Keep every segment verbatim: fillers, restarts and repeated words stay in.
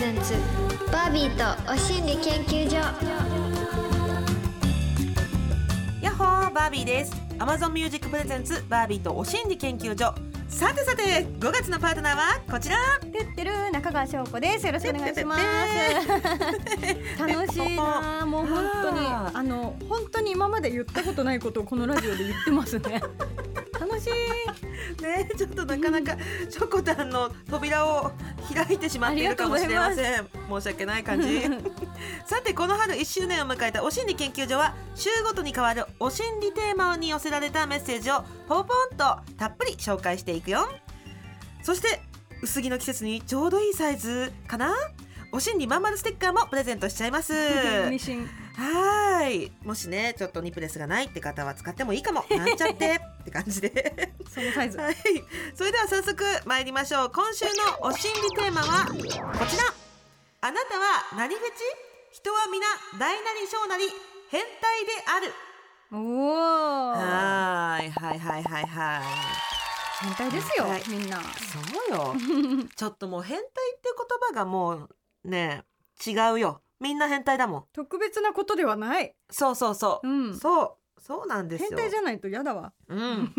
ゼンツバービーとお心理研究所。 やっほー、バービーです。 Amazon Music プレゼンツバービーとお心理研究所。さてさてごがつのパートナーはこちら、 てってる中川翔子です。よろしくお願いします楽しいな、もう本当にあの本当に今まで言ったことないことをこのラジオで言ってますね楽しいね、ちょっとなかなかしょこたんの扉を開いてしまっているかもしれません。申し訳ない感じさてこの春いっしゅうねんを迎えたお心理研究所は、週ごとに変わるお心理テーマに寄せられたメッセージをポポポンとたっぷり紹介していくよ。そして薄着の季節にちょうどいいサイズかな、お心理まんまるステッカーもプレゼントしちゃいますミシン。 はい、もしねちょっとニプレスがないって方は使ってもいいかもなんちゃってって感じでそのサイズ、 はい、それでは早速参りましょう。今週のお心理テーマはこちら。あなたは何フェチ？人は皆大なり小なり変態である。 おー、 はいはいはいはいはい変態ですよ、 はい、 みんな。 そうよちょっともう変態って言葉がもうね違うよ。みんな変態だもん。 特別なことではない。 そうそうそう、 うん、 そうそうなんですよ。 変態じゃないと嫌だわ。 うん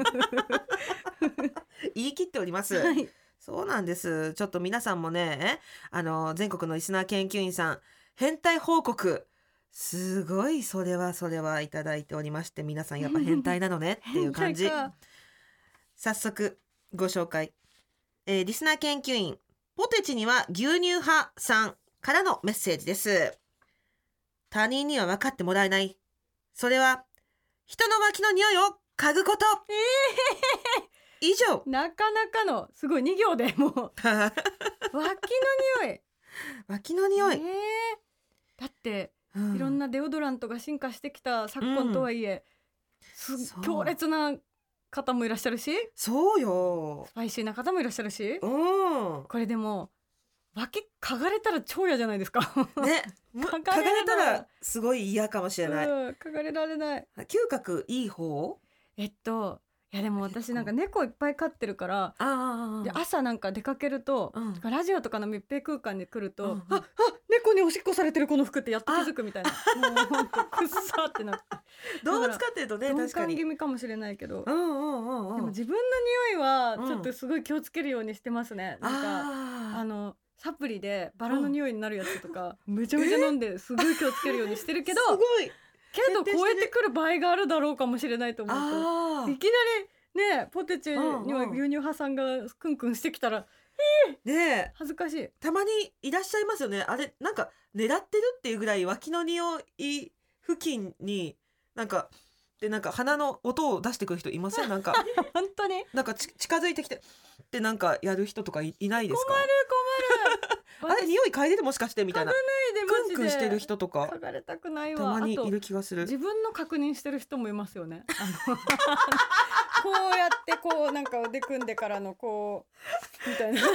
言い切っております、 はい、 そうなんです。ちょっと皆さんもね、あの全国のリスナー研究員さん変態報告すごいそれはそれはいただいておりまして、皆さんやっぱ変態なのねっていう感じ早速ご紹介、えー、リスナー研究員ポテチには牛乳派さんからのメッセージです。他人には分かってもらえない、それは人の脇の匂いを嗅ぐこと、 えー、以上。 なかなかのすごいに行でもう脇の匂い脇の匂い、 えー、だってうん、 いろんなデオドラントが進化してきた昨今とはいえ、うん、す強烈な方もいらっしゃるし、 そうよ、 スパイシーな方もいらっしゃるし、 うん、 これでも脇嗅がれたら超嫌じゃないですかね、嗅がれたらすごい嫌かもしれない、 うん、嗅がれられない。 嗅覚いい方？ えっといやでも私なんか猫いっぱい飼ってるから、 あで朝なんか出かけると、うん、ラジオとかの密閉空間に来ると、うん、ああ猫におしっこされてるこの服ってやっと気づくみたいな、もうほんとくっさってなって動物飼ってるとね、 鈍感気味かもしれないけど、 うんうんうんうん、 でも自分の匂いはちょっとすごい気をつけるようにしてますね、うん、なんかあのサプリでバラの匂いになるやつとか、うん、めちゃめちゃ飲んですごい気をつけるようにしてるけどすごいけど超えてくる場合があるだろうかもしれないと思うと、いきなりねポテチには牛乳派さんがクンクンしてきたら、えー、ね恥ずかしい。 たまにいらっしゃいますよね。あれなんか狙ってるっていうぐらい脇の匂い付近になんかでなんか鼻の音を出してくる人いません？なんか本当になんかち近づいてきてでなんかやる人とか い, いないですか？ 困る困るあれ匂い嗅いでてもしかしてみたいな、 嗅がないでマジでクンクンしてる人とか嗅がれたくないわ。 たまにいる気がする。 自分の確認してる人もいますよね。あのこうやってこうなんか腕組んでからのこうみたいな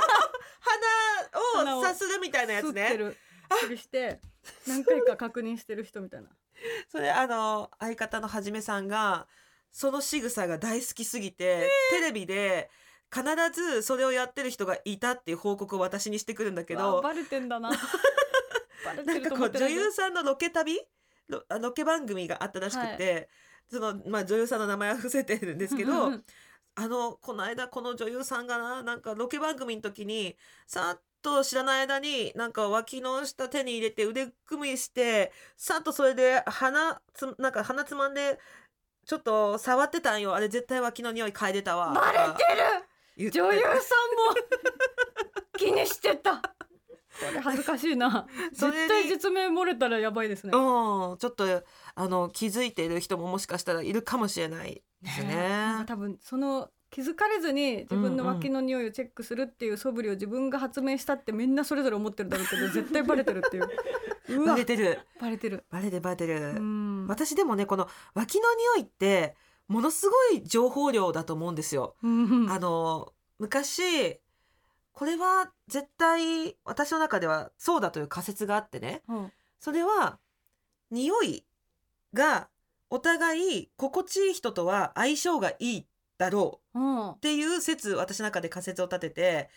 鼻をさするみたいなやつね。 吸ってるふりして何回か確認してる人みたいな。 それあの相方のはじめさんがその仕草が大好きすぎて、えー、テレビで必ずそれをやってる人がいたっていう報告を私にしてくるんだけど、 バレてんだなバレてるとなんかこう思ってない。 女優さんのロケ旅 ロ, ロケ番組があったらしくて、はい、そのまあ、女優さんの名前は伏せてるんですけどあのこの間この女優さんがななんかロケ番組の時にさっと知らない間になんか脇の下手に入れて腕組みしてさっとそれで鼻つなんか鼻つまんでちょっと触ってたんよ。あれ絶対脇の匂い嗅いでたわ。 バレてる女優さんも気にしてたこれ恥ずかしいな絶対実名漏れたらやばいですね。 うん、ちょっとあの気づいている人ももしかしたらいるかもしれないですね。 なんか多分その気づかれずに自分の脇の匂いをチェックするっていう素振りを自分が発明したってみんなそれぞれ思ってるだろうけど絶対バレてるっていううわバレてるバレてるバレてバレてる。 うん、 私でもねこの脇の匂いってものすごい情報量だと思うんですよ。あの昔これは絶対私の中ではそうだという仮説があってね、うん、それは匂いがお互い心地いい人とは相性がいいだろうっていう説、私の中で仮説を立てて、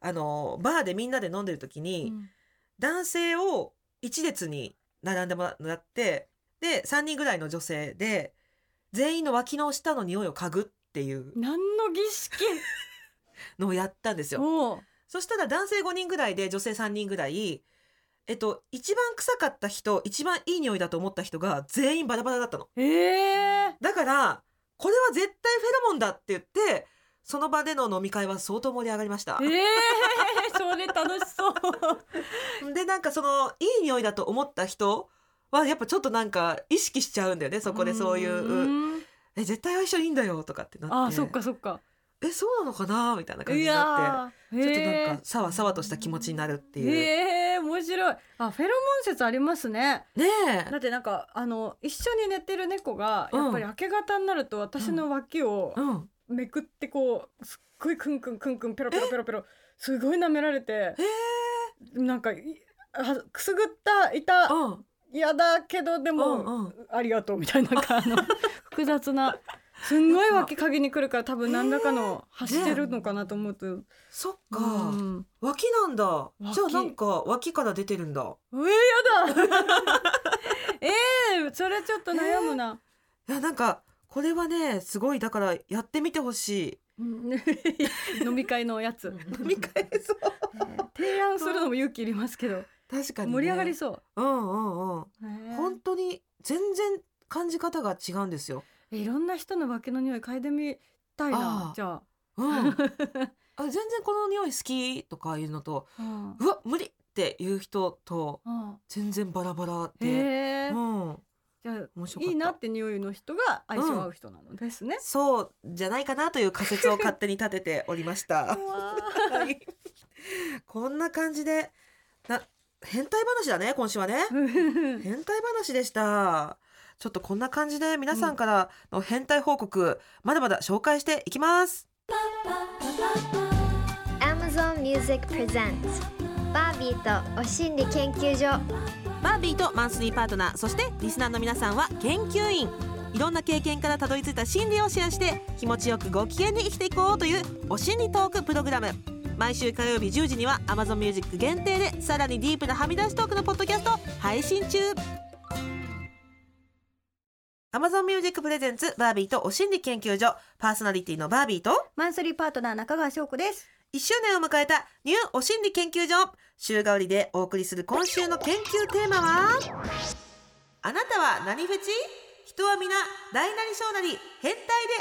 あのバーでみんなで飲んでる時に、 うん男性を一列に並んでもらってでさんにんぐらいの女性で全員の脇の下の匂いを嗅ぐっていう何の儀式のをやったんですよ。 おうそしたら男性ごにんぐらいで女性さんにんぐらい、えっと、一番臭かった人一番いい匂いだと思った人が全員バラバラだったの。 えー、 だからこれは絶対フェロモンだって言ってその場での飲み会は相当盛り上がりました。 えー、それ楽しそうでなんかそのいい匂いだと思った人はやっぱちょっとなんか意識しちゃうんだよね。そこでそういううんえ絶対相性いいんだよとかってなってあーそっかそっかえそうなのかなみたいな感じいになってやーちょっとなんへかさわさわとした気持ちになるっていう、 えー、面白いあフェロモン説ありますね。 ねだってなんかあの一緒に寝てる猫がやっぱり明け方になると私の脇をえうんめくってこうすっごいクンクンクンクンペロペロペロペロすごい舐められてへなんかいあくすぐったいたうん嫌だけどでも、 うんうんありがとうみたいななんかあの複雑なすんごい脇嗅ぎに来るから多分何らかの発してるのかなと思うと、 そっか、 うん脇なんだ。 脇じゃあなんか脇から出てるんだ。 えー、やだえー、それちょっと悩むな、 いやなんかこれはねすごいだからやってみてほしうん飲み会のやつい。飲み会そう提案するのも勇気いりますけど、 確かに、ね、 盛り上がりそううんうんうんへー本当に全然感じ方が違うんですよ。 いろんな人の脇の匂い嗅いでみたいああなじゃあ、 うん、あ全然この匂い好きとかいうのとうんうわ無理っていう人とうん全然バラバラで、 へーうん、 じゃあ面白かったいいなって匂いの人が相性合う人なのですね、 そうじゃないかなという仮説を勝手に立てておりました。 うわはいこんな感じでな変態話だね今週はね。 ー変態話でした。ちょっとこんな感じで皆さんからの変態報告、まだまだ紹介していきます。 Amazon Music Presents バービーとお心理研究所。 バービーとマンスリーパートナー、そしてリスナーの皆さんは研究員。いろんな経験からたどり着いた心理をシェアして気持ちよくご機嫌に生きていこうというお心理トークプログラム。毎週火曜日じゅうじには Amazon Music 限定でさらにディープなはみ出しトークのポッドキャストを配信中。Amazon Music Presents バービーとお心理研究所、パーソナリティのバービーとマンスリーパートナー中川翔子です。 いっしゅうねんを迎えたニューお心理研究所、週替わりでお送りする今週の研究テーマは、あなたは何フェチ？人は皆大なり小なり変態で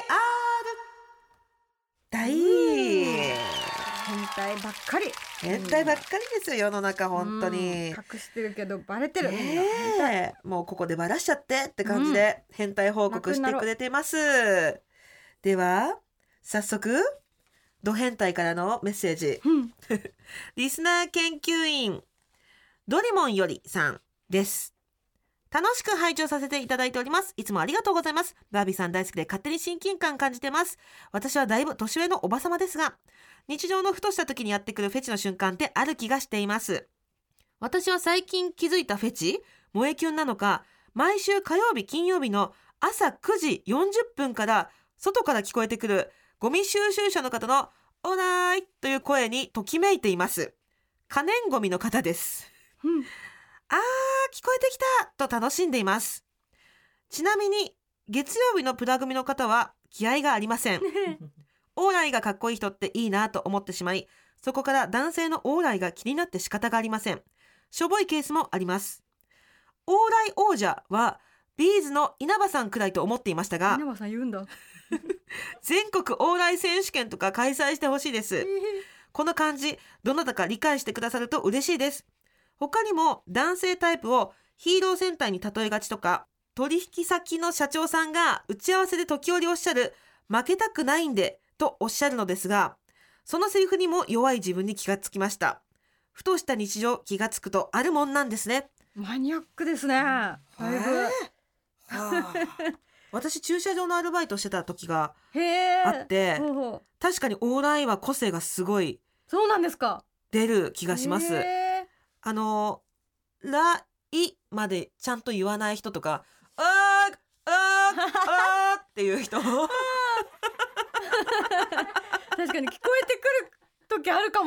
ある。大変態ばっかり変態ばっかりですよ世の中本当に。 うん隠してるけどバレてる、みんなねえもうここでバラしちゃってって感じで変態報告してくれてます。では早速ド変態からのメッセージ、 うんリスナー研究員ドリモンよりさんです。楽しく拝聴させていただいております。いつもありがとうございます。バービーさん大好きで勝手に親近感感じてます。私はだいぶ年上のおばさまですが、日常のふとした時にやってくるフェチの瞬間ってある気がしています。私は最近気づいたフェチ、萌えキュンなのか、毎週火曜日金曜日の朝くじよんじゅっぷんから外から聞こえてくるゴミ収集車の方のオーライという声にときめいています。可燃ゴミの方です。 うんあー聞こえてきたと楽しんでいます。ちなみに月曜日のプラ組の方は気合がありません。オーライがかっこいい人っていいなと思ってしまい、そこから男性のオーライが気になって仕方がありません。しょぼいケースもあります。オーライ王者はビーズの稲葉さんくらいと思っていましたが、 稲葉さん言うんだ全国オーライ選手権とか開催してほしいです。この感じどなたか理解してくださると嬉しいです。他にも男性タイプをヒーロー戦隊に例えがちとか、取引先の社長さんが打ち合わせで時折おっしゃる負けたくないんでとおっしゃるのですが、そのセリフにも弱い自分に気がつきました。ふとした日常気がつくとあるもんなんですね。 マニアックですね。だいぶ、 へーはあ、私駐車場のアルバイトしてた時がへーあってほうほう確かにオーライは個性がすごいそうなんですか。 出る気がします。 へあのライまでちゃんと言わない人とか、あーあーあーっていう人ー確かに聞こえてくる時あるかも。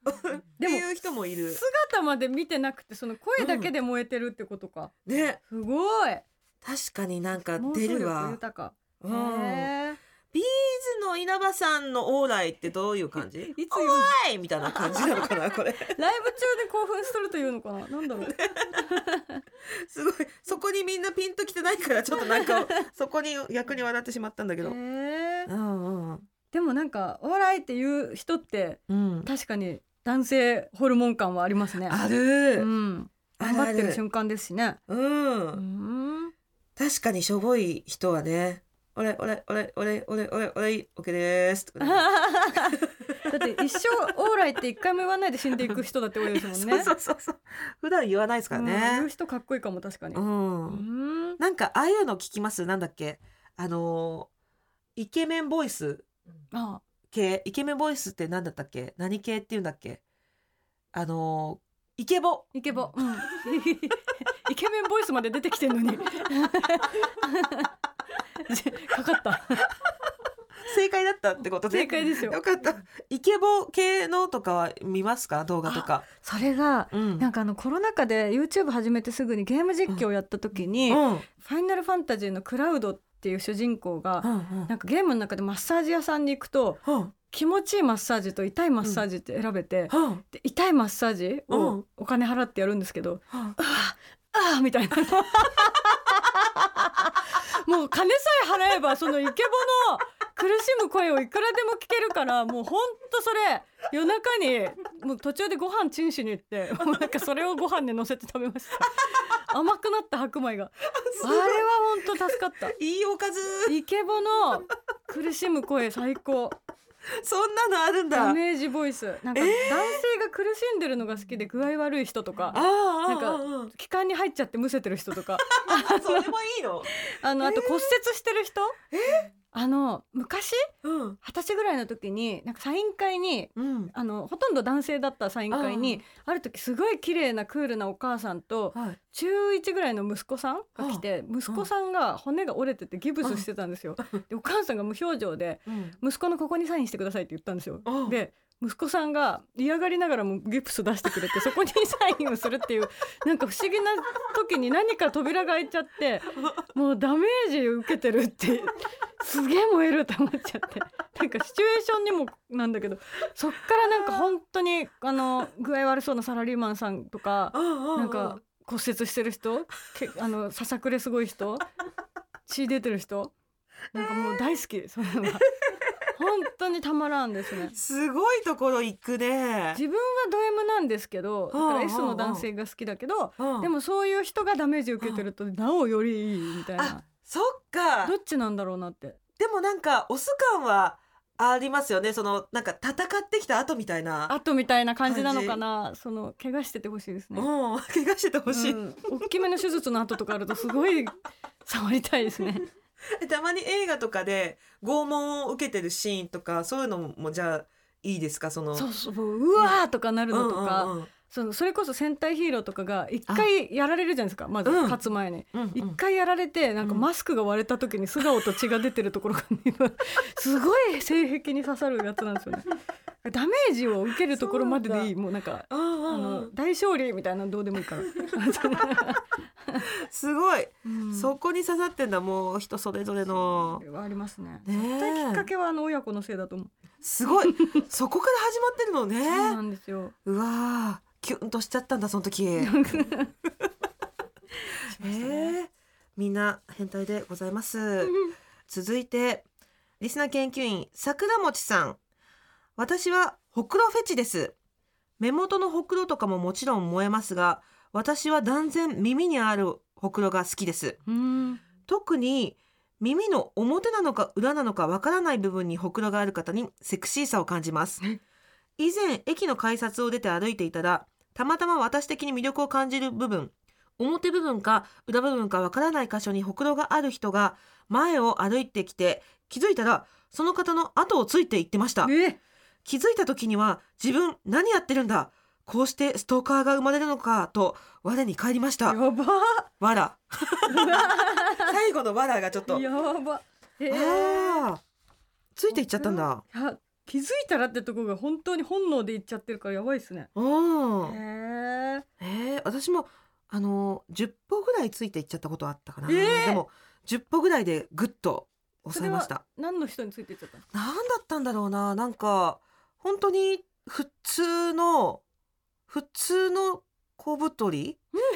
っていう人もいる。 姿まで見てなくてその声だけで燃えてるってことか、 うん、ね、 すごい。 確かになんか出るわ。 豊か。 うん、ビーズの稲葉さんのオーライってどういう感じ？いつ言うの？おーいみたいな感じなのかなこれ。ライブ中で興奮するというのかな。なんだろう。 すごいそこにみんなピンときてないからちょっとなんかそこに逆に笑ってしまったんだけど。 へー、 うんうん、 でもなんかオーライっていう人って、うん、確かに男性ホルモン感はありますね。 ある、 うん、頑張ってる瞬間ですしね。 うん、うん、確かにしょぼい人はね、俺俺俺俺俺俺俺オッケーですとか、ね、 だって一生オーライって一回も言わないで死んでいく人だって多いですもんね。 そうそうそう、普段言わないですからね、うん、 言う人かっこいいかも確かに、 うんうん、なんかああいうの聞きます。なんだっけ、あのイケメンボイス系、イケメンボイスって何だったっけ、何系っていうんだっけ、あのイケボイケボ、うん、イケメンボイスまで出てきてんのにかかった正解だったってことで。 正解ですよ。 よかった。イケボ系のとかは見ますか、動画とか。 それが、うん、なんかあのコロナ禍で YouTube 始めてすぐにゲーム実況をやった時に、うんうん、ファイナルファンタジーのクラウドっていう主人公が、うんうん、なんかゲームの中でマッサージ屋さんに行くと、うん、気持ちいいマッサージと痛いマッサージって選べて、うん、で痛いマッサージをお金払ってやるんですけど、うん、あああみたいなもう金さえ払えばそのイケボの苦しむ声をいくらでも聞けるから、もうほんとそれ夜中にもう途中でご飯チンしに行ってもうなんかそれをご飯に乗せて食べました甘くなった白米があれはほんと助かった。 いいおかず。 イケボの苦しむ声最高。 そんなのあるんだ。 ダメージボイス。なんか男性が苦しんでるのが好きで具合悪い人とか、えー、なんか気管に入っちゃってむせてる人とかそれもいいの。 あのあと骨折してる人、えーあの昔二十、うん、歳ぐらいの時になんかサイン会に、うん、あのほとんど男性だったサイン会に あ, ある時すごい綺麗なクールなお母さんと、はい、中いちぐらいの息子さんが来て、息子さんが骨が折れててギブスしてたんですよ。でお母さんが無表情で、うん、息子のここにサインしてくださいって言ったんですよ。で息子さんが嫌がりながらもギプス出してくれてそこにサインをするっていうなんか不思議な時に何か扉が開いちゃってもうダメージを受けてるってすげえ燃えると思っちゃってなんかシチュエーションにもなんだけど、そっからなんか本当にあの具合悪そうなサラリーマンさんとかなんか骨折してる人、あのささくれすごい人、血出てる人、なんかもう大好きそういうのが本当にたまらんですね。 すごいところ行くね。 自分はド M なんですけど、だから S の男性が好きだけど、でもそういう人がダメージ受けてるとなおよりいいみたいな。 あ、そっか。 どっちなんだろうなって。 でもなんかオス感はありますよね。そのなんか戦ってきた後みたいな後みたいな感じなのかな。その怪我しててほしいですね。 うん、怪我しててほしい、うん、 大きめの手術の後とかあるとすごい触りたいですね。 たまに映画とかで拷問を受けてるシーンとかそういうのもじゃあいいですか。そのそうそううわーとかなるのとか、うんうんうん、そのそれこそ戦隊ヒーローとかが一回やられるじゃないですか。まず勝つ前に一、うん、回やられてなんかマスクが割れた時に素顔と血が出てるところがすごい性癖に刺さるやつなんですよね。ダメージを受けるところまででいい。もうなんかあの大勝利みたいなのどうでもいいからすごい、うん、そこに刺さってんだ。もう人それぞれのありますね。絶対きっかけはあの親子のせいだと思う。 すごいそこから始まってるのね。 そうなんですよ。 うわキュンとしちゃったんだその時えー、みんな変態でございます続いてリスナー研究員桜餅さん。私はほくろフェチです。目元のほくろとかももちろん燃えますが、私は断然耳にあるほくろが好きです。うん、特に耳の表なのか裏なのかわからない部分にほくろがある方にセクシーさを感じます。以前駅の改札を出て歩いていたら、たまたま私的に魅力を感じる部分、表部分か裏部分かわからない箇所にほくろがある人が前を歩いてきて、気づいたらその方の後をついていってました。え気づいた時には自分何やってるんだ、こうしてストーカーが生まれるのかと我に返りました。 やばわら最後のわらがちょっとやば、 えー、あついていっちゃったんだ。 いや気づいたらってとこが本当に本能で言っちゃってるからやばいですね。 うんへえ。 えー、私もあのじゅっぽぐらいついていっちゃったことあったかな、 えーでもじゅっぽぐらいでぐっと抑えました。 何の人についていっちゃったの？ なんだったんだろうな、なんか本当に普通の普通の小太り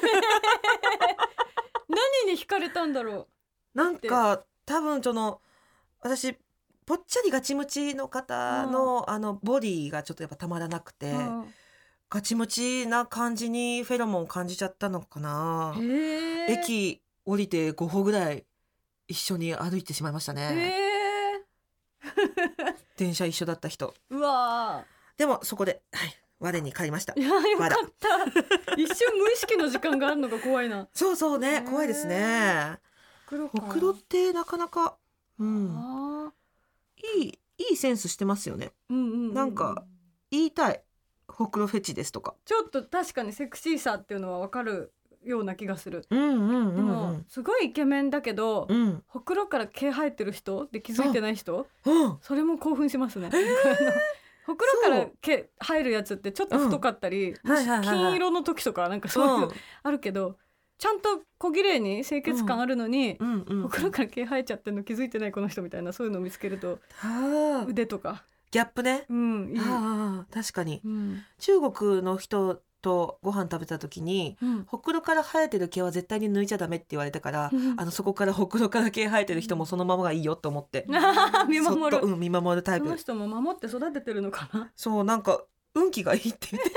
何に惹かれたんだろなんか多分その私ぽっちゃりガチムチの方の、あのボディがちょっとやっぱたまらなくて、 う。うんガチムチな感じにフェロモンを感じちゃったのかな。 へえ。 駅降りてご歩ぐらい一緒に歩いてしまいましたへね。 え。 電車一緒だった人。 うわでもそこで、はい、我に返りましたー。いやよかった一瞬無意識の時間があるのが怖いな。 そうそうへーね、怖いですね。 ほくろか。 ほくろってなかなか、うん、 あいいいいセンスしてますよね。 ーうんうんうんうん。 なんか言いたい、ほくろフェチですとか。 ちょっと確かにセクシーさっていうのは分かるような気がする。 うんうんうんうでもんすごいイケメンだけど、 うんほくろから毛生えてる人で気づいてない人、 うんそれも興奮しますね。あのほくろから毛生えるやつってちょっと太かったり、 うんはいはいはいはい金色の時とかなんかそういう、 うんあるけどちゃんと小綺麗に清潔感あるのに、 うんうんほくろから毛生えちゃってるの気づいてないこの人みたいな、そういうのを見つけるとはあ、 腕とか、 ギャップね。 うんいい、 ああ確かにうん中国の人とご飯食べた時にうん、 ほくろから生えてる毛は絶対に抜いちゃダメって言われたから、 うんあのそこからほくろから毛生えてる人もそのままがいいよと思って見守るそっと、うん、見守るタイプ。 その人も守って育ててるのかな。 そうなんか運気がいいって言って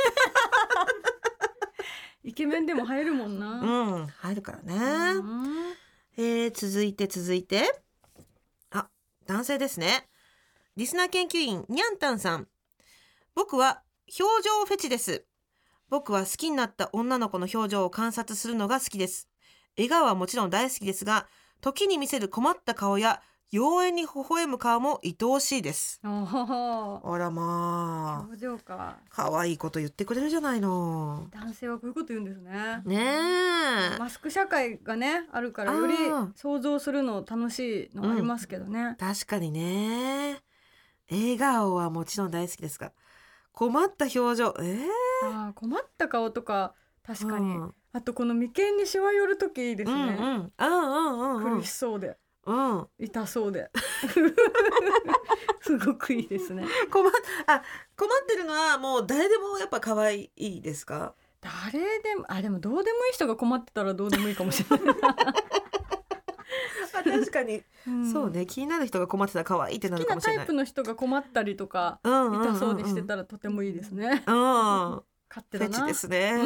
イケメンでも生えるもんな。 うん入るからね、 うんえー、続いて続いてあ男性ですね。リスナー研究員にゃんたんさん。僕は表情フェチです。僕は好きになった女の子の表情を観察するのが好きです。笑顔はもちろん大好きですが、時に見せる困った顔や妖艶に微笑む顔も愛おしいです。 おーあらまあ表情か。 可愛いこと言ってくれるじゃないの。 男性はこういうこと言うんですね。 ねえマスク社会がねあるからよりあー想像するの楽しいのありますけどね。 確かにね。笑顔はもちろん大好きですが、困った表情えー、 あー困った顔とか確かに、 うんあとこの眉間にしわ寄る時いいですね、 うんうんうんうんうんうん苦しそうでうん痛そうですごくいいですね。 困っあ困ってるのはもう誰でもやっぱ可愛いですか？ 誰でもあでもどうでもいい人が困ってたらどうでもいいかもしれない、 あ確かに、 うんそうね、気になる人が困ってたら可愛いってな好きなるかもしれない。 タイプの人が困ったりとかうんうんうんうん痛そうにしてたらとてもいいですね。 うん勝手だな。 フェチですね。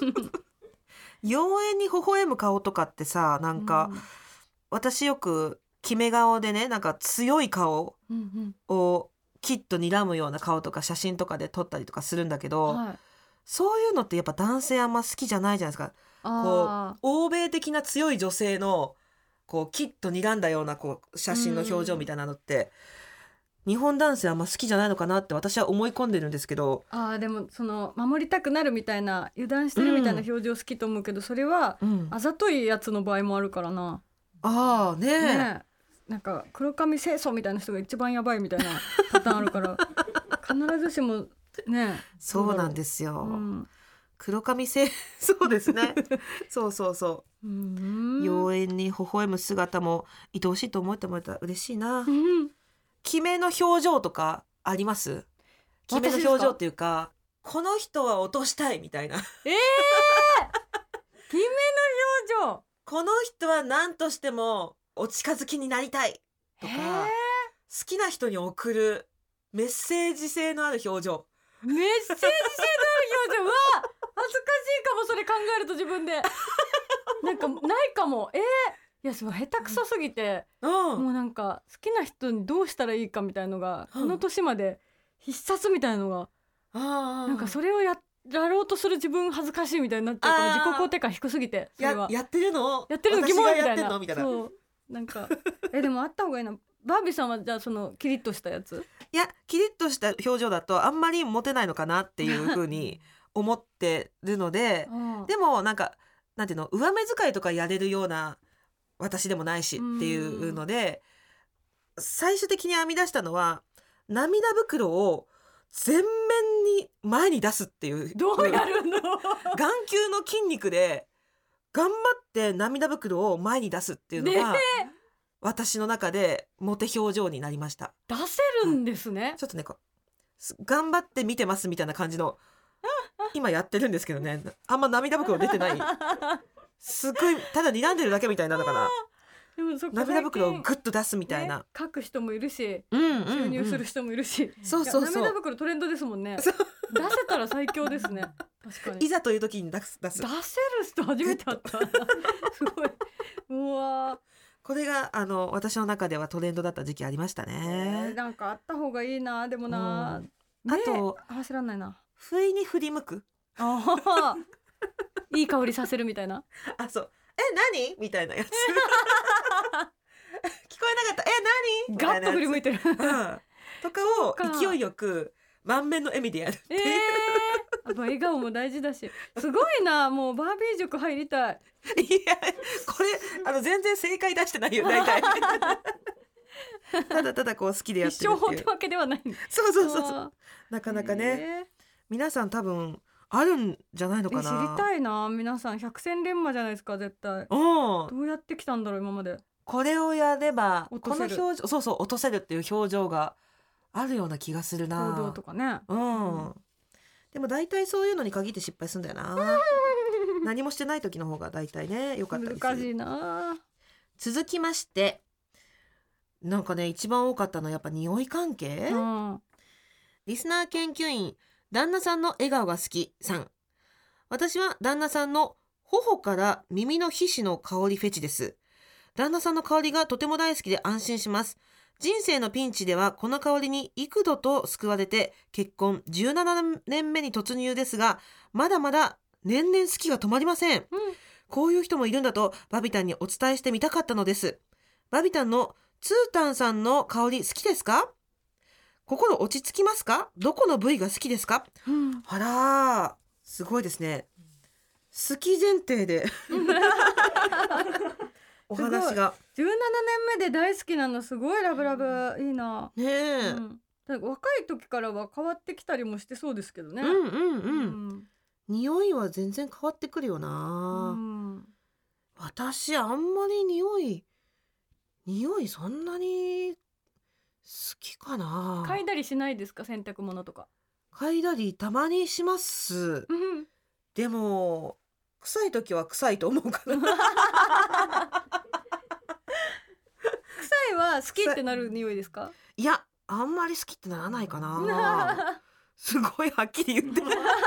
妖艶に微笑む顔とかってさ、なんか、私よく決め顔でね、なんか強い顔うんうんをきっと睨むような顔とか写真とかで撮ったりとかするんだけど、 はい、 そういうのってやっぱ男性あんま好きじゃないじゃないですか。 あ欧米的な強い女性のこうきっと睨んだようなこう写真の表情みたいなのって日本男性あんま好きじゃないのかなって私は思い込んでるんですけど、 ーあーでもその守りたくなるみたいな油断してるみたいな表情好きと思うけど、それはうん、 あざといやつの場合もあるからな。 ああねえ、 ねえなんか黒髪清楚みたいな人が一番やばいみたいなパターンあるから必ずしもねそうなんですすよ、 うん黒髪せそうですねそうそうそうう、 ん妖艶に微笑む姿も愛おしいと思ってもらえたら嬉しいな。 うん決めの表情とかあります？決めの表情っていうか、この人は落としたいみたいなえー、決めの表この人は何としてもお近づきになりたいとか、 情へ好きな人に送るメッセージ性のある表情。 ーメッセージ性のある表情は恥ずかしいかも、それ考えると自分でなんかないかも。えーいや、そう下手くそすぎて、 うんもうなんか好きな人にどうしたらいいかみたいのが、 うんこの年まで必殺みたいのが、 あーなんかそれをややろうとする自分恥ずかしいみたいになっちゃうから、 あー自己肯定感低すぎて、それはややってるのやってるの疑問み私がやってたいな。 んのみたいな。 そうなんかえでもあった方がいいな。バービーさんはじゃあそのキリッとしたやつ、 いやキリッとした表情だとあんまりモテないのかなっていう風に思ってるのででもなんかなんていうの、上目遣いとかやれるような私でもないしっていうので、最終的に編み出したのは涙袋を全面に前に出すっていう、 どうやるの？ 眼球の筋肉で頑張って涙袋を前に出すっていうのが、 ね私の中でモテ表情になりました。 出せるんですね。 ちょっとねこう頑張って見てますみたいな感じの今やってるんですけどね、あんま涙袋出てないすごいただ睨んでるだけみたいなのかな。 でもそこ涙袋をグッと出すみたいな、 ね、書く人もいるし、 うんうんうん、 注入する人もいるし、 そうそうそう、 涙袋トレンドですもんね。出せたら最強ですね。確かにいざという時に出す出す出せる人初めて会ったすごい、うわ、 これがあの私の中ではトレンドだった時期ありましたね、 えー、なんかあった方がいいな。でもな、 うん、あとあ知らないな、 不意に振り向く、 あいい香りさせるみたいなあそうえ何みたいなやつ聞こえなかったえ何ガッと振り向いてる、 うん、とかを勢いよく満面の笑みでやるっていう、 えー、やっぱ笑顔も大事だし、すごいな。もうバービー塾入りたい。 いやこれあの全然正解出してないよ大体ただただこう好きでやってるっていう、 一生法ってわけではない。 そうそうそうそう、なかなかね、 えー、 皆さん多分あるんじゃないのかな。 知りたいな。皆さん百戦錬磨じゃないですか絶対。 どうやってきたんだろう今まで。 これをやればこの表情、そうそう落とせるっていう表情があるような気がするな。 行動とかね、 うん、うん、でも大体そういうのに限って失敗するんだよな何もしてない時の方が大体ね良かったりする。 難しいな。 続きましてなんかね一番多かったのはやっぱ匂い関係、うん、リスナー研究員旦那さんの笑顔が好きさん。私は旦那さんの頬から耳の皮脂の香りフェチです。旦那さんの香りがとても大好きで安心します。人生のピンチではこの香りに幾度と救われて結婚じゅうななねんめに突入ですが、まだまだ年々好きが止まりません、うん、こういう人もいるんだとバビタンにお伝えしてみたかったのです。バビタンのツータンさんの香り好きですか？心落ち着きますか？どこの部位が好きですか？うん、あらすごいですね。好き前提でお話がじゅうななねんめで大好きなのすごいラブラブいいなねえ、うん、 若い時からは変わってきたりもしてそうですけどね。 うんうんうん、うん、匂いは全然変わってくるよな、うん、私あんまり匂い匂いそんなに好きかな。 嗅いだりしないですか？洗濯物とか嗅いだりたまにしますでも臭い時は臭いと思うかな臭いは好きってなる匂いですか？ いやあんまり好きってならないかなすごいはっきり言ってる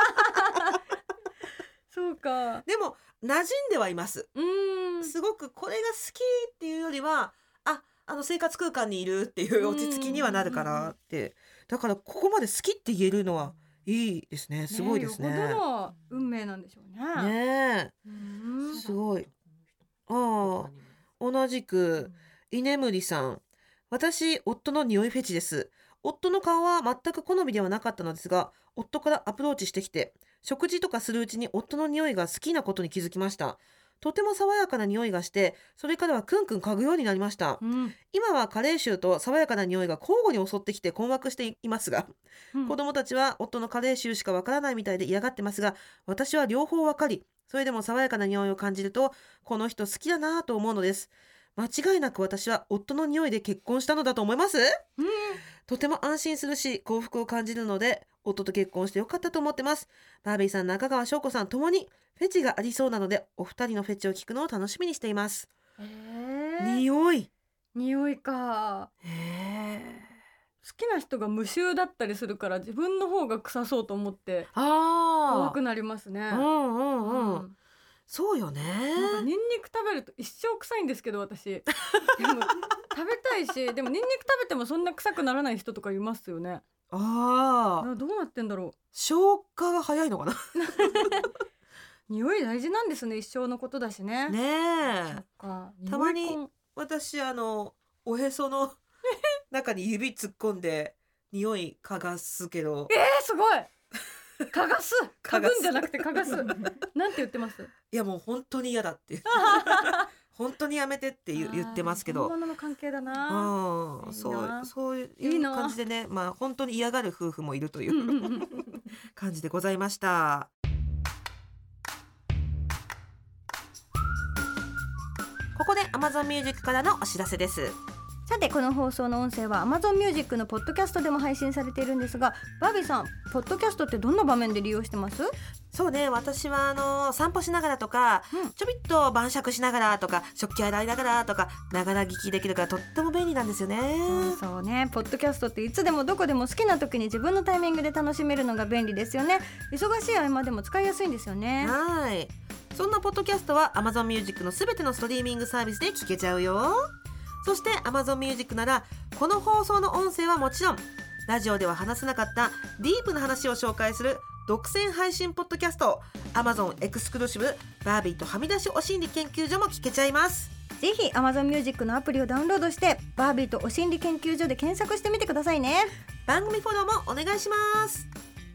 そうか。 でも馴染んではいます。うーんすごくこれが好きっていうよりはああの生活空間にいるっていう落ち着きにはなるからって、だからここまで好きって言えるのはいいですね。すごいですね。 ねえ、よほどの運命なんでしょうね。 ねえ、すごい。ああ、同じく居眠りさん。私、夫の匂いフェチです。夫の顔は全く好みではなかったのですが、夫からアプローチしてきて、食事とかするうちに夫の匂いが好きなことに気づきました。とても爽やかな匂いがして、それからはクンクン嗅ぐようになりました、うん、今は加齢臭と爽やかな匂いが交互に襲ってきて困惑していますが、うん、子供たちは夫の加齢臭しかわからないみたいで嫌がってますが、私は両方わかり、それでも爽やかな匂いを感じるとこの人好きだなと思うのです。間違いなく私は夫の匂いで結婚したのだと思います、うん、とても安心するし幸福を感じるので夫と結婚してよかったと思ってます。バービーさん、中川翔子さんともにフェチがありそうなのでお二人のフェチを聞くのを楽しみにしています。 えー、 匂い匂いか、えー、好きな人が無臭だったりするから自分の方が臭そうと思って怖くなりますね。 うんうんうん、うん、そうよね。 なんかニンニク食べると一生臭いんですけど私でも食べたいし、でもニンニク食べてもそんな臭くならない人とかいますよね。 ああ、 どうなってんだろう。 消化が早いのかな匂い大事なんですね。一生のことだしね。 ねえ。 そっか。 たまに私あのおへその中に指突っ込んで匂い嗅がすけどえー、すごい嗅がす嗅ぐんじゃなくて嗅がすなんて言ってます？ いやもう本当に嫌だって本当にやめてって言言ってますけど、 本物の関係だな。 うん、 いいそうなそういいいうな感じでね、まあ本当に嫌がる夫婦もいるという感じでございました。ここで Amazon Music からのお知らせです。 さてこの放送の音声は Amazon Music のポッドキャストでも配信されているんですが、バービーさん、ポッドキャストってどんな場面で利用してます？ そうね、私はあの散歩しながらとか、 うんちょびっと晩酌しながらとか、食器洗いながらとか、ながら聞きできるからとっても便利なんですよね。 うんそうね、ポッドキャストっていつでもどこでも好きな時に自分のタイミングで楽しめるのが便利ですよね。忙しい合間でも使いやすいんですよね。 はい、そんなポッドキャストは Amazon Music のすべてのストリーミングサービスで聞けちゃうよ。そして Amazon Music ならこの放送の音声はもちろん、ラジオでは話せなかったディープな話を紹介する独占配信ポッドキャスト Amazon エクスクルーシブバービーとはみ出しお心理研究所も聞けちゃいます。 ぜひ Amazon Music のアプリをダウンロードしてバービーとお心理研究所で検索してみてくださいね。 番組フォローもお願いします。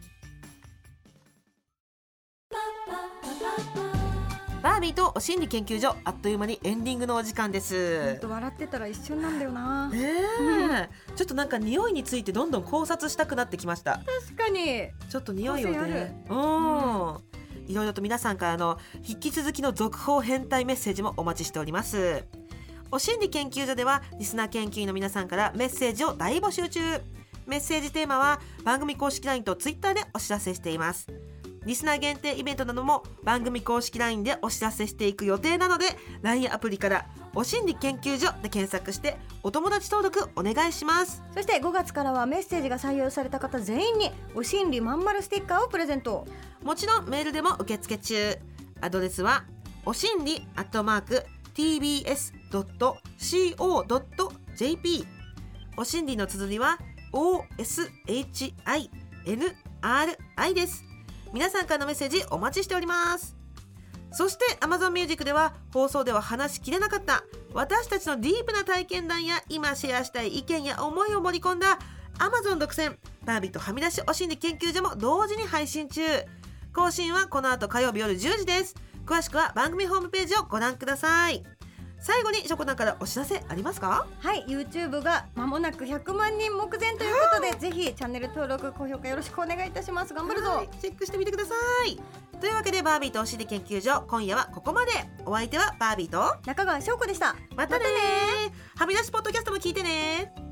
バービーとお心理研究所、あっという間にエンディングのお時間でほんす。 と笑ってたら一瞬なんだよな。 えー、ちょっとなんか匂いについてどんどん考察したくなってきました。 確かにちょっと匂いを個性あるね、うん、いろいろと皆さんからの引き続きの続報変態メッセージもお待ちしております。お心理研究所ではリスナー研究員の皆さんからメッセージを大募集中。メッセージテーマは番組公式 ライン と ツイッター でお知らせしています。リスナー限定イベントなども番組公式 ライン でお知らせしていく予定なので、 ライン アプリからお心理研究所で検索してお友達登録お願いします。 そしてごがつからはメッセージが採用された方全員にお心理まんまるステッカーをプレゼント。 もちろんメールでも受付中。アドレスはおしんりアットマーク ティービーエスドットシーオードットジェーピー。 おしんりの綴りは オーエスエイチアイエヌアールアイ です。皆さんからのメッセージお待ちしております。そして Amazon Music では放送では話しきれなかった私たちのディープな体験談や今シェアしたい意見や思いを盛り込んだ Amazon 独占バービーとはみ出しお心理研究所も同時に配信中。更新はこの後火曜日夜じゅうじです。詳しくは番組ホームページをご覧ください。最後にしょこたんからお知らせありますか？ はい、 YouTube が間もなくひゃくまんにん目前ということで、ぜひチャンネル登録高評価よろしくお願いいたします。頑張るぞ、 はい、チェックしてみてください。というわけでバービーとお心理研究所、今夜はここまで。お相手はバービーと中川翔子でした。 またね。はみ出しポッドキャストも聞いてね。